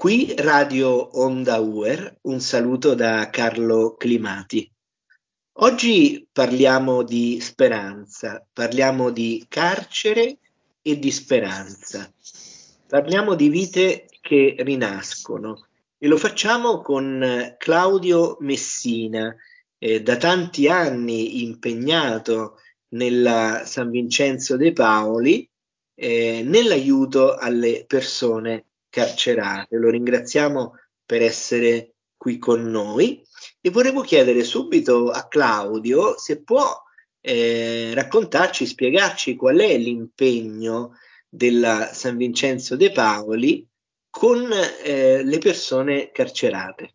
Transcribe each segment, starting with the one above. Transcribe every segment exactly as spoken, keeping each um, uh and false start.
Qui Radio Onda U E R, un saluto da Carlo Climati. Oggi parliamo di speranza, parliamo di carcere e di speranza. Parliamo di vite che rinascono e lo facciamo con Claudio Messina, eh, da tanti anni impegnato nella San Vincenzo de Paoli, eh, nell'aiuto alle persone carcerate. Lo ringraziamo per essere qui con noi e volevo chiedere subito a Claudio se può eh, raccontarci, spiegarci qual è l'impegno della San Vincenzo de Paoli con eh, le persone carcerate.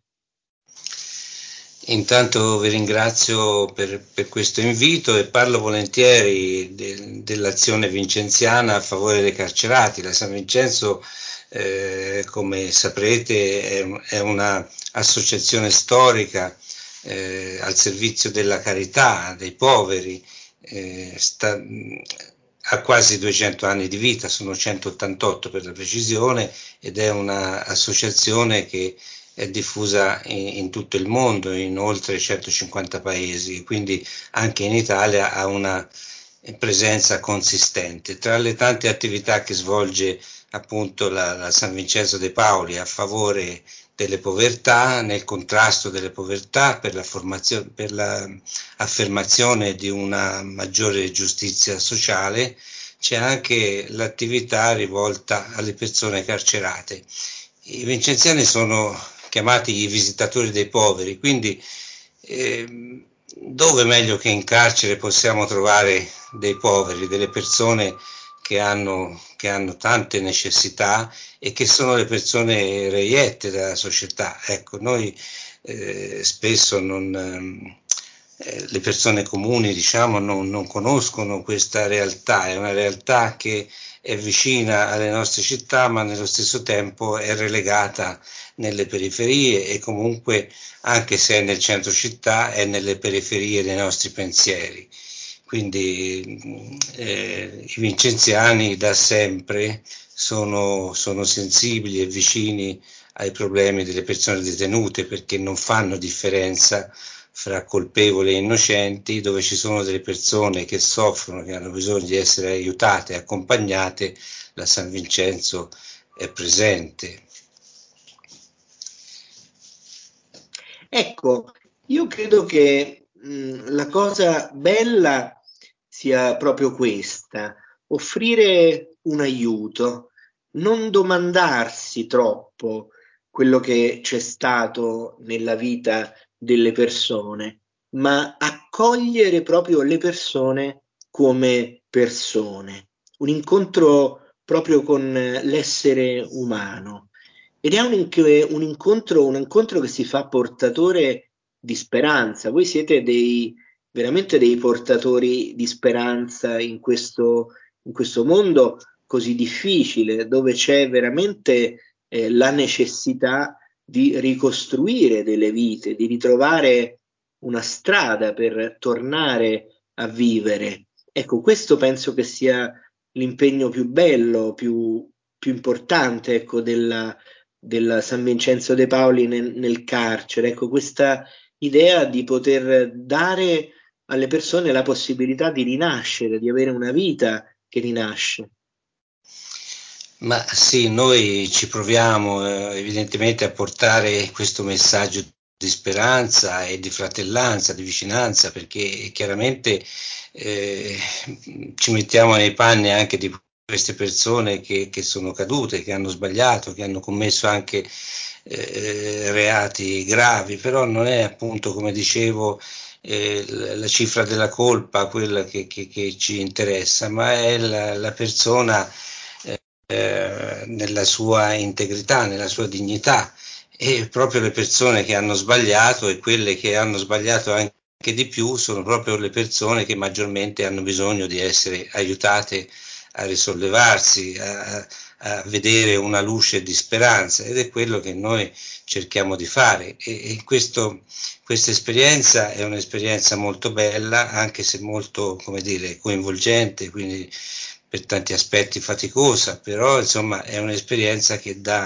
Intanto vi ringrazio per, per questo invito e parlo volentieri de, dell'azione vincenziana a favore dei carcerati. La San Vincenzo, eh, come saprete, è, è una associazione storica eh, al servizio della carità, dei poveri. Eh, sta, ha quasi duecento anni di vita, sono centottantotto per la precisione, ed è un'associazione che è diffusa in, in tutto il mondo, in oltre centocinquanta paesi, quindi anche in Italia ha una presenza consistente. Tra le tante attività che svolge appunto la, la San Vincenzo de Paoli a favore delle povertà, nel contrasto delle povertà, per la formazione, per l'affermazione di una maggiore giustizia sociale, c'è anche l'attività rivolta alle persone carcerate. I vincenziani sono chiamati i visitatori dei poveri, quindi eh, dove meglio che in carcere possiamo trovare dei poveri, delle persone che hanno, che hanno tante necessità e che sono le persone reiette della società. Ecco, noi eh, spesso non, eh, le persone comuni, diciamo, non, non conoscono questa realtà, è una realtà che è vicina alle nostre città, ma nello stesso tempo è relegata nelle periferie e comunque, anche se è nel centro città, è nelle periferie dei nostri pensieri. Quindi eh, i vincenziani da sempre sono, sono sensibili e vicini ai problemi delle persone detenute, perché non fanno differenza fra colpevoli e innocenti. Dove ci sono delle persone che soffrono, che hanno bisogno di essere aiutate e accompagnate, la San Vincenzo è presente. Ecco, io credo che mh, la cosa bella sia proprio questa, offrire un aiuto, non domandarsi troppo quello che c'è stato nella vita delle persone, ma accogliere proprio le persone come persone, un incontro proprio con l'essere umano. Ed è un, inc- un incontro, un incontro che si fa portatore di speranza. Voi siete dei, veramente dei portatori di speranza in questo, in questo mondo così difficile, dove c'è veramente eh, la necessità di ricostruire delle vite, di ritrovare una strada per tornare a vivere. Ecco, questo penso che sia l'impegno più bello, più, più importante, ecco, della, del San Vincenzo de Paoli nel, nel carcere. Ecco, questa idea di poter dare alle persone la possibilità di rinascere, di avere una vita che rinasce. Ma sì, noi ci proviamo eh, evidentemente a portare questo messaggio di speranza e di fratellanza, di vicinanza, perché chiaramente eh, ci mettiamo nei panni anche di queste persone che, che sono cadute, che hanno sbagliato, che hanno commesso anche eh, reati gravi, però non è, appunto, come dicevo, eh, la cifra della colpa quella che, che, che ci interessa, ma è la, la persona eh, nella sua integrità, nella sua dignità, e proprio le persone che hanno sbagliato e quelle che hanno sbagliato anche di più sono proprio le persone che maggiormente hanno bisogno di essere aiutate a risollevarsi, a, a vedere una luce di speranza, ed è quello che noi cerchiamo di fare. E, e questo, questa esperienza è un'esperienza molto bella, anche se molto, come dire, coinvolgente, quindi per tanti aspetti faticosa, però insomma è un'esperienza che dà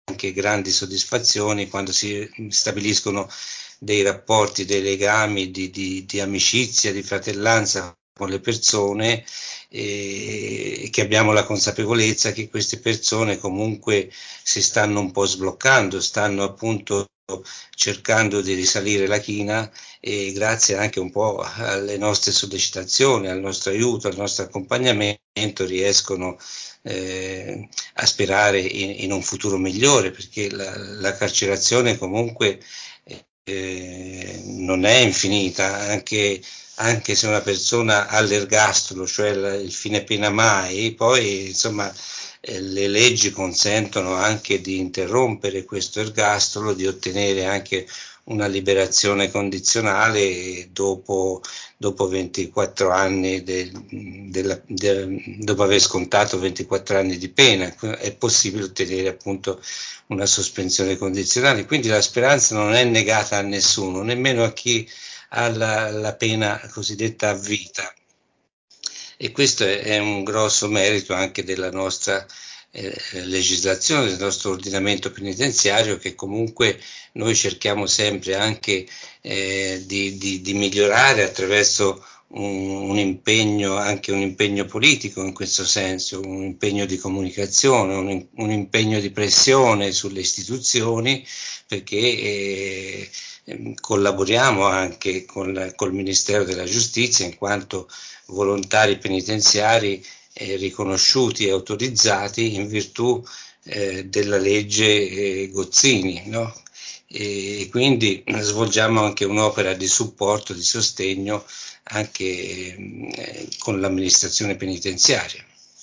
anche grandi soddisfazioni quando si stabiliscono dei rapporti, dei legami di, di, di amicizia, di fratellanza con le persone, e che abbiamo la consapevolezza che queste persone comunque si stanno un po' sbloccando, stanno appunto cercando di risalire la china, e grazie anche un po' alle nostre sollecitazioni, al nostro aiuto, al nostro accompagnamento riescono eh, a sperare in, in un futuro migliore, perché la, la carcerazione comunque eh, non è infinita, anche, anche se una persona ha l'ergastolo, cioè la, il fine pena mai, poi insomma eh, le leggi consentono anche di interrompere questo ergastolo, di ottenere anche una liberazione condizionale dopo, dopo ventiquattro anni de, de, de, dopo aver scontato ventiquattro anni di pena. È possibile ottenere appunto una sospensione condizionale, quindi la speranza non è negata a nessuno, nemmeno a chi ha la, la pena cosiddetta a vita, e questo è, è un grosso merito anche della nostra eh, legislazione, del nostro ordinamento penitenziario, che comunque noi cerchiamo sempre anche eh, di, di, di migliorare attraverso un, un impegno, anche un impegno politico in questo senso, un impegno di comunicazione, un, un impegno di pressione sulle istituzioni, perché eh, collaboriamo anche con, col Ministero della Giustizia in quanto volontari penitenziari eh, riconosciuti e autorizzati in virtù eh, della legge eh, Gozzini, no? E quindi svolgiamo anche un'opera di supporto, di sostegno anche eh, con l'amministrazione penitenziaria.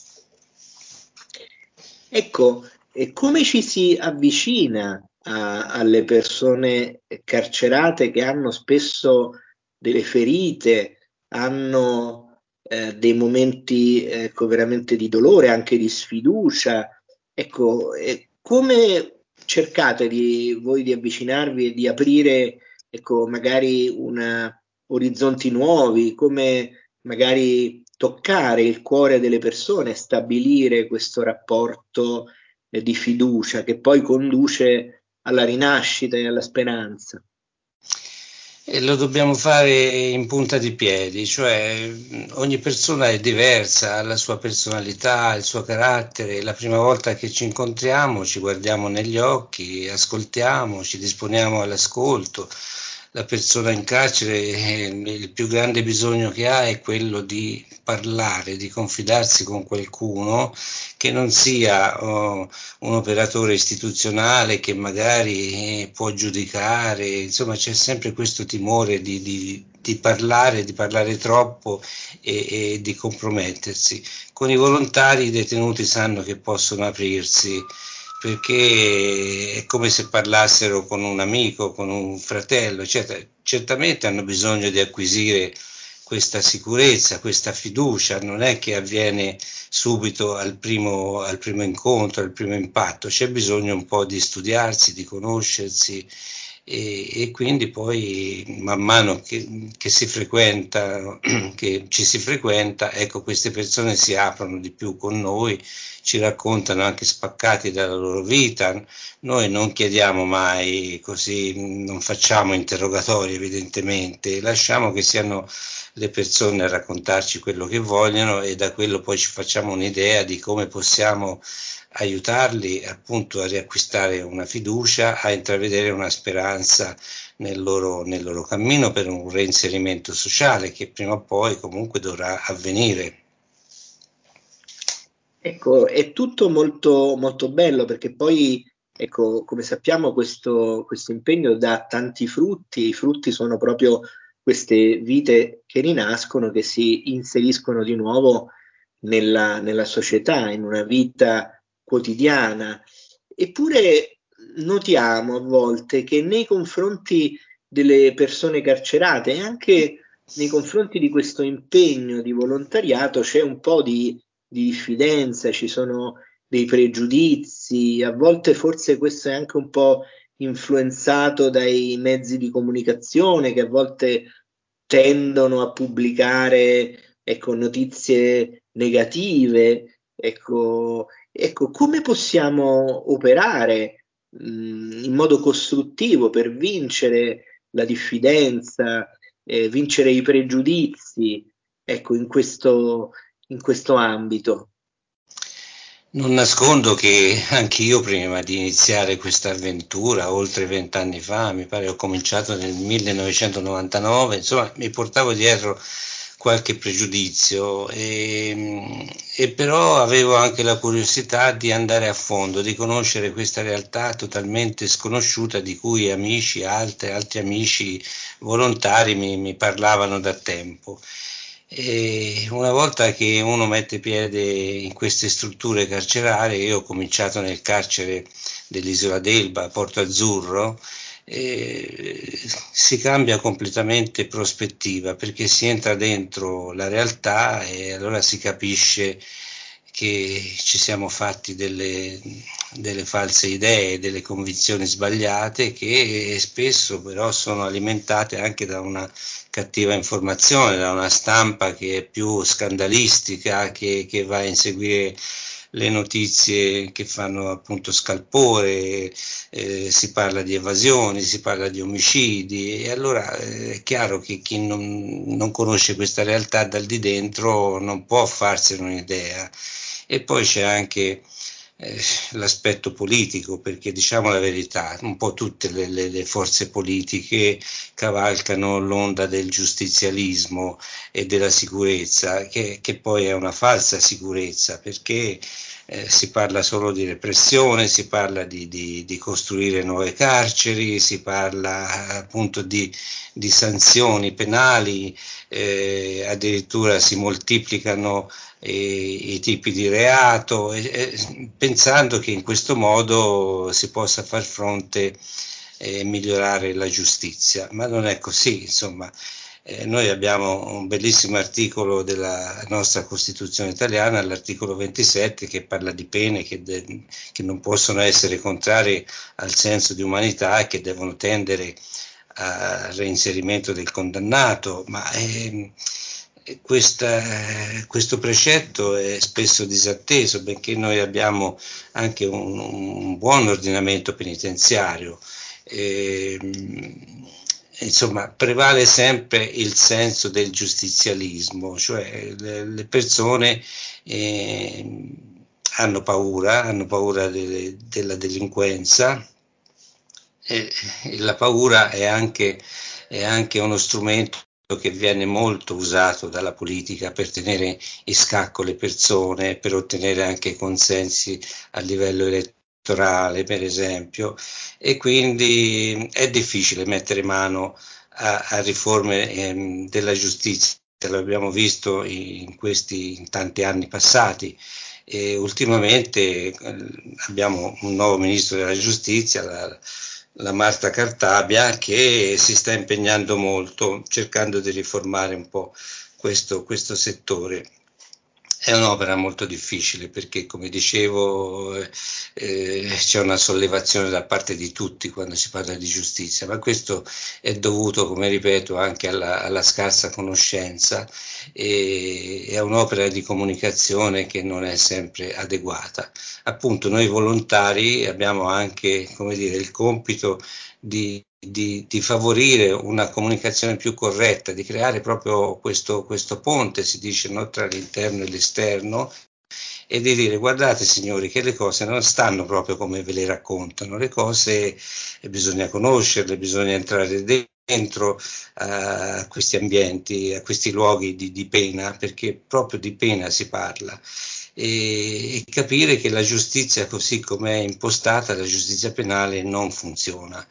Ecco, e come ci si avvicina a- alle persone carcerate che hanno spesso delle ferite, hanno eh, dei momenti ecco, veramente di dolore, anche di sfiducia? Ecco, e come cercate di, voi di avvicinarvi e di aprire, ecco, magari una, orizzonti nuovi, come magari toccare il cuore delle persone, stabilire questo rapporto eh, di fiducia che poi conduce alla rinascita e alla speranza. E lo dobbiamo fare in punta di piedi, cioè ogni persona è diversa, ha la sua personalità, il suo carattere. La prima volta che ci incontriamo ci guardiamo negli occhi, ascoltiamo, ci disponiamo all'ascolto. La persona in carcere, eh, il più grande bisogno che ha è quello di parlare, di confidarsi con qualcuno che non sia oh, un operatore istituzionale che magari eh, può giudicare, insomma c'è sempre questo timore di, di, di parlare, di parlare troppo e, e di compromettersi. Con i volontari i detenuti sanno che possono aprirsi, perché è come se parlassero con un amico, con un fratello, eccetera. Certamente hanno bisogno di acquisire questa sicurezza, questa fiducia, non è che avviene subito al primo, al primo incontro, al primo impatto, c'è bisogno un po' di studiarsi, di conoscersi, e, e quindi poi man mano che, che si frequenta, che ci si frequenta, ecco, queste persone si aprono di più con noi, ci raccontano anche spaccati dalla loro vita. Noi non chiediamo mai così, non facciamo interrogatori evidentemente, lasciamo che siano le persone a raccontarci quello che vogliono, e da quello poi ci facciamo un'idea di come possiamo aiutarli appunto a riacquistare una fiducia, a intravedere una speranza nel loro, nel loro cammino per un reinserimento sociale che prima o poi comunque dovrà avvenire. Ecco, è tutto molto, molto bello perché poi, ecco, come sappiamo, questo, questo impegno dà tanti frutti, i frutti sono proprio queste vite che rinascono, che si inseriscono di nuovo nella, nella società, in una vita quotidiana. Eppure notiamo a volte che nei confronti delle persone carcerate e anche nei confronti di questo impegno di volontariato c'è un po' di di diffidenza, ci sono dei pregiudizi, a volte forse questo è anche un po' influenzato dai mezzi di comunicazione che a volte tendono a pubblicare ecco, notizie negative. Ecco, ecco, come possiamo operare mh, in modo costruttivo per vincere la diffidenza, eh, vincere i pregiudizi, ecco, in questo, in questo ambito. Non nascondo che anch'io prima di iniziare questa avventura, oltre vent'anni fa, mi pare ho cominciato nel millenovecentonovantanove, insomma mi portavo dietro qualche pregiudizio e, e però avevo anche la curiosità di andare a fondo, di conoscere questa realtà totalmente sconosciuta di cui amici, altri, altri amici volontari mi, mi parlavano da tempo. E una volta che uno mette piede in queste strutture carcerarie, io ho cominciato nel carcere dell'Isola d'Elba, Porto Azzurro, eh, si cambia completamente prospettiva perché si entra dentro la realtà e allora si capisce che ci siamo fatti delle, delle false idee, delle convinzioni sbagliate che spesso però sono alimentate anche da una cattiva informazione, da una stampa che è più scandalistica, che, che va a inseguire le notizie che fanno appunto scalpore, eh, si parla di evasioni, si parla di omicidi e allora eh, è chiaro che chi non, non conosce questa realtà dal di dentro non può farsene un'idea. E poi c'è anche eh, l'aspetto politico, perché diciamo la verità, un po' tutte le, le, le forze politiche cavalcano l'onda del giustizialismo e della sicurezza, che, che poi è una falsa sicurezza, perché eh, si parla solo di repressione, si parla di, di, di costruire nuove carceri, si parla appunto di, di sanzioni penali, eh, addirittura si moltiplicano i, i tipi di reato, e, e, pensando che in questo modo si possa far fronte e migliorare la giustizia, ma non è così, insomma. Eh, noi abbiamo un bellissimo articolo della nostra Costituzione italiana, l'articolo ventisette, che parla di pene che, de- che non possono essere contrarie al senso di umanità e che devono tendere al reinserimento del condannato, ma eh, questa, questo precetto è spesso disatteso, benché noi abbiamo anche un, un buon ordinamento penitenziario. Eh, insomma, prevale sempre il senso del giustizialismo, cioè le, le persone eh, hanno paura, hanno paura de, della delinquenza e, e la paura è anche, è anche uno strumento che viene molto usato dalla politica per tenere in scacco le persone, per ottenere anche consensi a livello elettorale, per esempio, e quindi è difficile mettere mano a, a riforme ehm, della giustizia. Lo abbiamo visto in questi in tanti anni passati. E ultimamente eh, abbiamo un nuovo ministro della giustizia, la, la Marta Cartabia, che si sta impegnando molto cercando di riformare un po' questo, questo settore. È un'opera molto difficile perché, come dicevo, eh, c'è una sollevazione da parte di tutti quando si parla di giustizia, ma questo è dovuto, come ripeto, anche alla, alla scarsa conoscenza e è un'opera di comunicazione che non è sempre adeguata. Appunto, noi volontari abbiamo anche, come dire, il compito di di, di favorire una comunicazione più corretta, di creare proprio questo, questo ponte, si dice, no, tra l'interno e l'esterno, e di dire guardate signori che le cose non stanno proprio come ve le raccontano, le cose bisogna conoscerle, bisogna entrare dentro a questi ambienti, a questi luoghi di, di pena, perché proprio di pena si parla. E, e capire che la giustizia così come è impostata, la giustizia penale non funziona.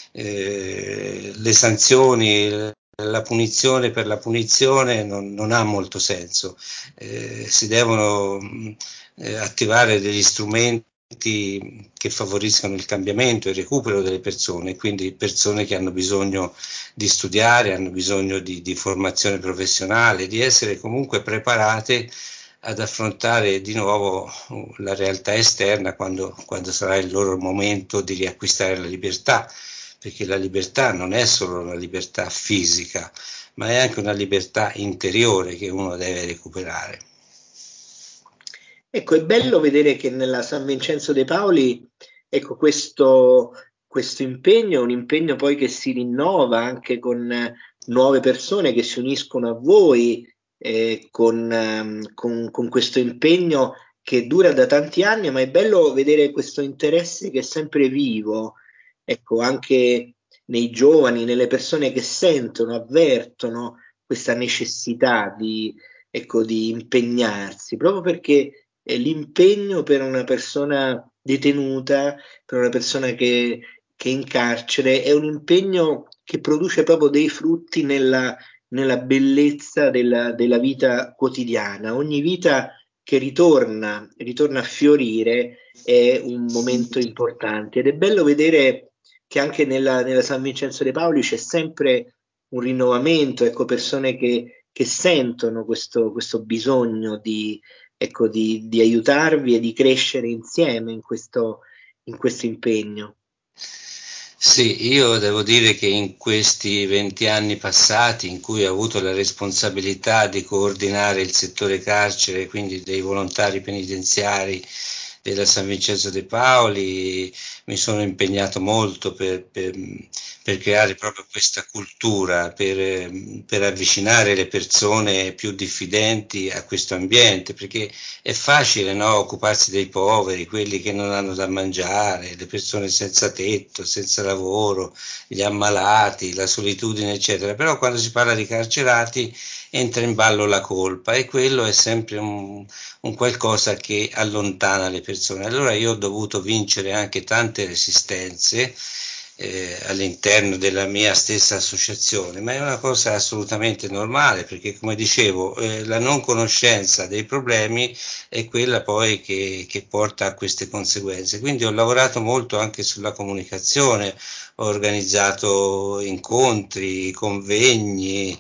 Eh, le sanzioni, la punizione per la punizione non, non ha molto senso, eh, si devono eh, attivare degli strumenti che favoriscano il cambiamento e il recupero delle persone, quindi persone che hanno bisogno di studiare, hanno bisogno di, di formazione professionale, di essere comunque preparate ad affrontare di nuovo la realtà esterna quando, quando sarà il loro momento di riacquistare la libertà, perché la libertà non è solo una libertà fisica, ma è anche una libertà interiore che uno deve recuperare. Ecco, è bello vedere che nella San Vincenzo de' Paoli ecco, questo, questo impegno è un impegno poi che si rinnova anche con nuove persone che si uniscono a voi, eh, con, ehm, con, con questo impegno che dura da tanti anni, ma è bello vedere questo interesse che è sempre vivo, ecco, anche nei giovani, nelle persone che sentono, avvertono questa necessità di, ecco, di impegnarsi, proprio perché eh, l'impegno per una persona detenuta, per una persona che, che è in carcere, è un impegno che produce proprio dei frutti nella, nella bellezza della, della vita quotidiana. Ogni vita che ritorna, ritorna a fiorire è un momento importante ed è bello vedere che anche nella, nella San Vincenzo de Paoli c'è sempre un rinnovamento, ecco, persone che, che sentono questo, questo bisogno di, ecco, di, di aiutarvi e di crescere insieme in questo, in questo impegno. Sì, io devo dire che in questi venti anni passati, in cui ho avuto la responsabilità di coordinare il settore carcere, quindi dei volontari penitenziari della San Vincenzo de Paoli, mi sono impegnato molto per, per, per creare proprio questa cultura, per, per avvicinare le persone più diffidenti a questo ambiente, perché è facile, no, occuparsi dei poveri, quelli che non hanno da mangiare, le persone senza tetto, senza lavoro, gli ammalati, la solitudine, eccetera. Però quando si parla di carcerati entra in ballo la colpa e quello è sempre un, un qualcosa che allontana le persone. Allora io ho dovuto vincere anche tante resistenze eh, all'interno della mia stessa associazione, ma è una cosa assolutamente normale perché, come dicevo, eh, la non conoscenza dei problemi è quella poi che, che porta a queste conseguenze. Quindi ho lavorato molto anche sulla comunicazione, ho organizzato incontri, convegni,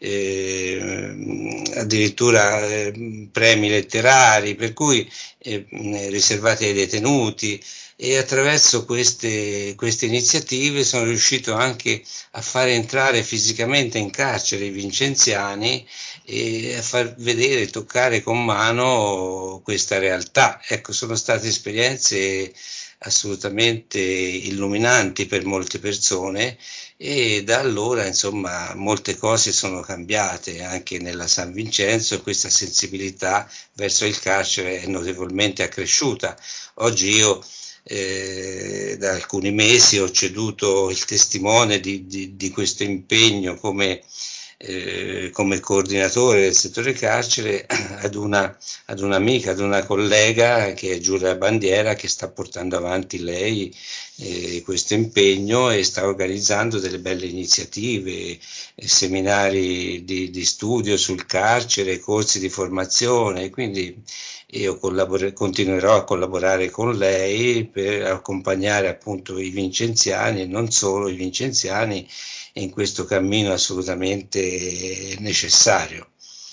eh, addirittura eh, premi letterari, per cui eh, riservati ai detenuti. E attraverso queste, queste iniziative sono riuscito anche a far entrare fisicamente in carcere i vincenziani e a far vedere, toccare con mano questa realtà. Ecco, sono state esperienze assolutamente illuminanti per molte persone e da allora, insomma, molte cose sono cambiate anche nella San Vincenzo e questa sensibilità verso il carcere è notevolmente accresciuta. Oggi io eh, da alcuni mesi ho ceduto il testimone di, di, di questo impegno come, eh, come coordinatore del settore carcere ad una, ad un'amica, ad una collega che è Giulia Bandiera, che sta portando avanti lei eh, questo impegno e sta organizzando delle belle iniziative, eh, seminari di, di studio sul carcere, corsi di formazione, quindi io collabore, continuerò a collaborare con lei per accompagnare appunto i vincenziani e non solo i vincenziani in questo cammino assolutamente necessario.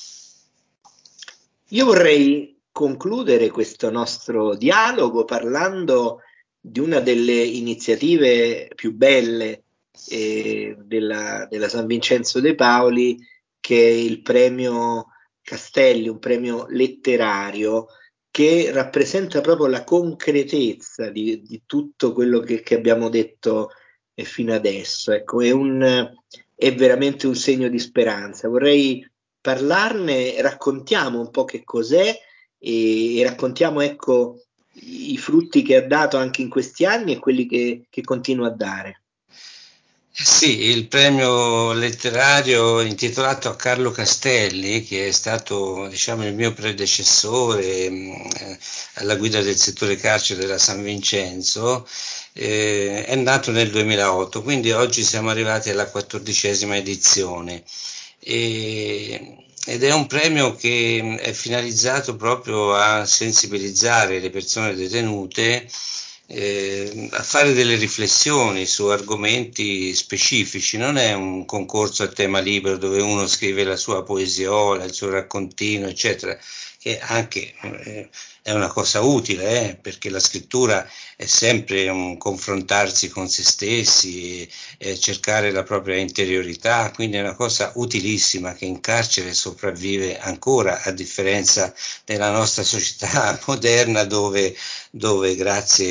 Io vorrei concludere questo nostro dialogo parlando di una delle iniziative più belle eh, della, della San Vincenzo de Paoli, che è il premio Castelli, un premio letterario che rappresenta proprio la concretezza di, di tutto quello che, che abbiamo detto eh, fino adesso. Ecco, è, un, è veramente un segno di speranza. Vorrei parlarne, raccontiamo un po' che cos'è e, e raccontiamo, ecco, i frutti che ha dato anche in questi anni e quelli che, che continua a dare. Sì, il premio letterario intitolato a Carlo Castelli, che è stato, diciamo, il mio predecessore mh, alla guida del settore carcere della San Vincenzo, eh, è nato nel duemilaotto, quindi oggi siamo arrivati alla quattordicesima edizione. E, ed è un premio che è finalizzato proprio a sensibilizzare le persone detenute eh, a fare delle riflessioni su argomenti specifici. Non è un concorso a tema libero dove uno scrive la sua poesiola, il suo raccontino, eccetera, che anche eh, è una cosa utile, eh, perché la scrittura è sempre un confrontarsi con se stessi e, e cercare la propria interiorità, quindi è una cosa utilissima che in carcere sopravvive ancora, a differenza della nostra società moderna dove, dove grazie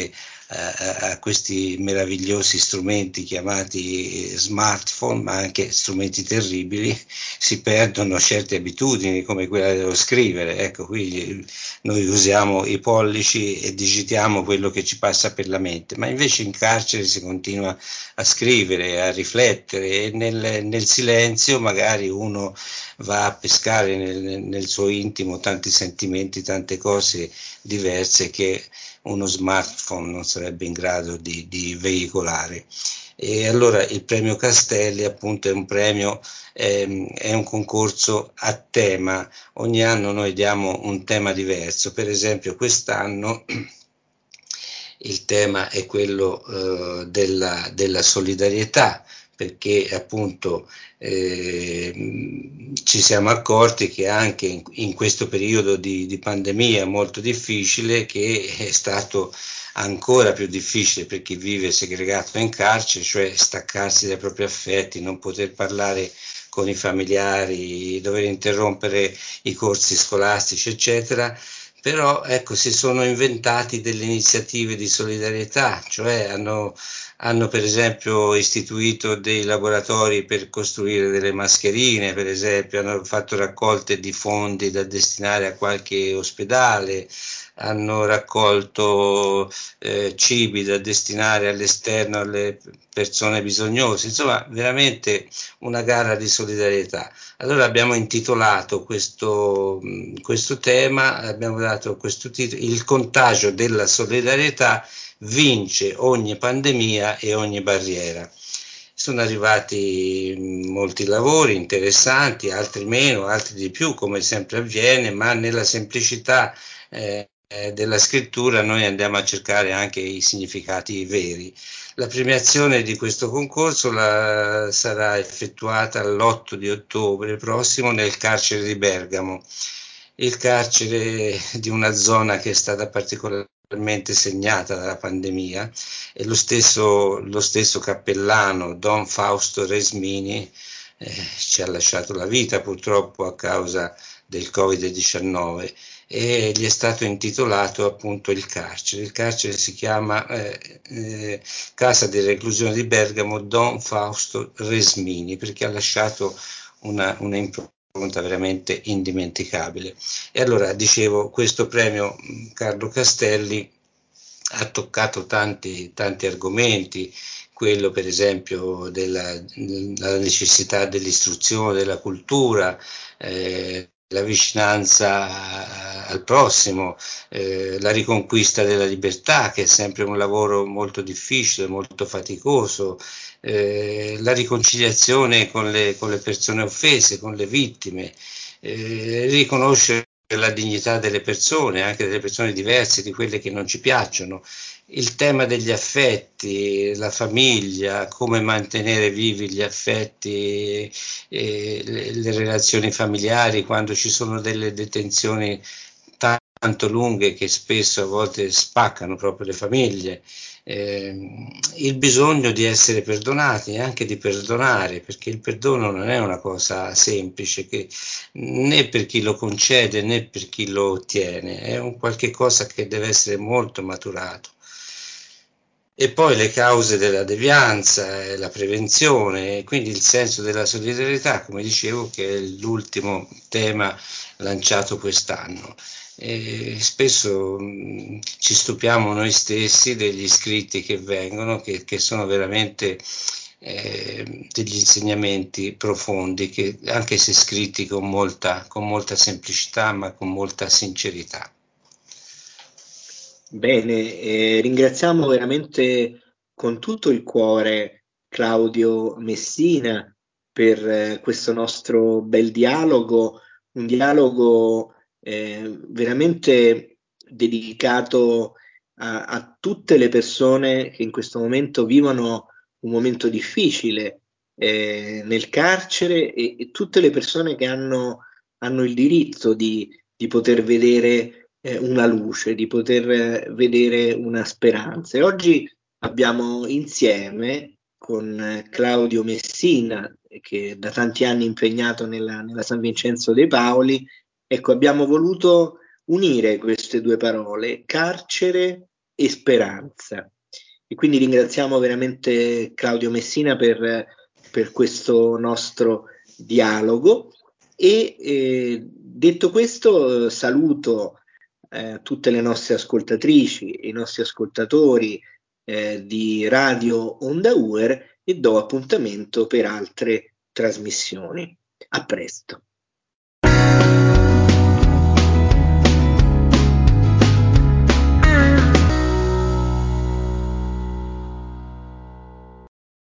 a, a questi meravigliosi strumenti chiamati smartphone, ma anche strumenti terribili, si perdono certe abitudini come quella dello scrivere. Ecco, qui noi usiamo i pollici e digitiamo quello che ci passa per la mente, ma invece in carcere si continua a scrivere, a riflettere, e nel, nel silenzio magari uno va a pescare nel, nel suo intimo tanti sentimenti, tante cose diverse che uno smartphone non sarebbe in grado di, di veicolare. E allora il premio Castelli appunto è un premio, ehm, è un concorso a tema. Ogni anno noi diamo un tema diverso. Per esempio quest'anno il tema è quello eh, della, della solidarietà, perché appunto eh, ci siamo accorti che anche in, in questo periodo di, di pandemia molto difficile, che è stato ancora più difficile per chi vive segregato in carcere, cioè staccarsi dai propri affetti, non poter parlare con i familiari, dover interrompere i corsi scolastici, eccetera. Però ecco, si sono inventati delle iniziative di solidarietà, cioè hanno, hanno per esempio istituito dei laboratori per costruire delle mascherine, per esempio, hanno fatto raccolte di fondi da destinare a qualche ospedale, hanno raccolto eh, cibi da destinare all'esterno alle persone bisognose, insomma veramente una gara di solidarietà. Allora abbiamo intitolato questo, questo tema, abbiamo dato questo titolo: il contagio della solidarietà vince ogni pandemia e ogni barriera. Sono arrivati molti lavori interessanti, altri meno, altri di più, come sempre avviene, ma nella semplicità eh, della scrittura noi andiamo a cercare anche i significati veri. La premiazione di questo concorso la, sarà effettuata l'otto di ottobre prossimo nel carcere di Bergamo, il carcere di una zona che è stata particolarmente segnata dalla pandemia, e lo stesso, lo stesso cappellano Don Fausto Resmini eh, ci ha lasciato la vita purtroppo a causa del covid diciannove, e gli è stato intitolato appunto il carcere. Il carcere si chiama eh, eh, Casa di reclusione di Bergamo Don Fausto Resmini, perché ha lasciato una, una impronta veramente indimenticabile. E allora dicevo, questo premio Carlo Castelli ha toccato tanti, tanti argomenti, quello per esempio della, della necessità dell'istruzione, della cultura, eh, la vicinanza al prossimo, eh, la riconquista della libertà, che è sempre un lavoro molto difficile, molto faticoso, eh, la riconciliazione con le, con le persone offese, con le vittime, eh, riconoscere la dignità delle persone, anche delle persone diverse, di quelle che non ci piacciono, il tema degli affetti, la famiglia, come mantenere vivi gli affetti, e le, le relazioni familiari quando ci sono delle detenzioni tanto lunghe che spesso a volte spaccano proprio le famiglie, eh, il bisogno di essere perdonati e anche di perdonare, perché il perdono non è una cosa semplice, che, né per chi lo concede né per chi lo ottiene, è un qualche cosa che deve essere molto maturato. E poi le cause della devianza e la prevenzione, e quindi il senso della solidarietà, come dicevo, che è l'ultimo tema lanciato quest'anno. E spesso mh, ci stupiamo noi stessi degli scritti che vengono, che, che sono veramente eh, degli insegnamenti profondi, che, anche se scritti con molta, con molta semplicità, ma con molta sincerità. Bene, eh, ringraziamo veramente con tutto il cuore Claudio Messina per eh, questo nostro bel dialogo, un dialogo eh, veramente dedicato a, a tutte le persone che in questo momento vivono un momento difficile eh, nel carcere, e, e tutte le persone che hanno, hanno il diritto di, di poter vedere eh, una luce, di poter eh, vedere una speranza. E oggi abbiamo insieme con eh, Claudio Messina, che da tanti anni è impegnato nella, nella San Vincenzo dei Paoli, ecco, abbiamo voluto unire queste due parole, carcere e speranza. E quindi ringraziamo veramente Claudio Messina per, per questo nostro dialogo. E eh, detto questo, saluto eh, tutte le nostre ascoltatrici e i nostri ascoltatori eh, di Radio Onda U E R e do appuntamento per altre trasmissioni. A presto.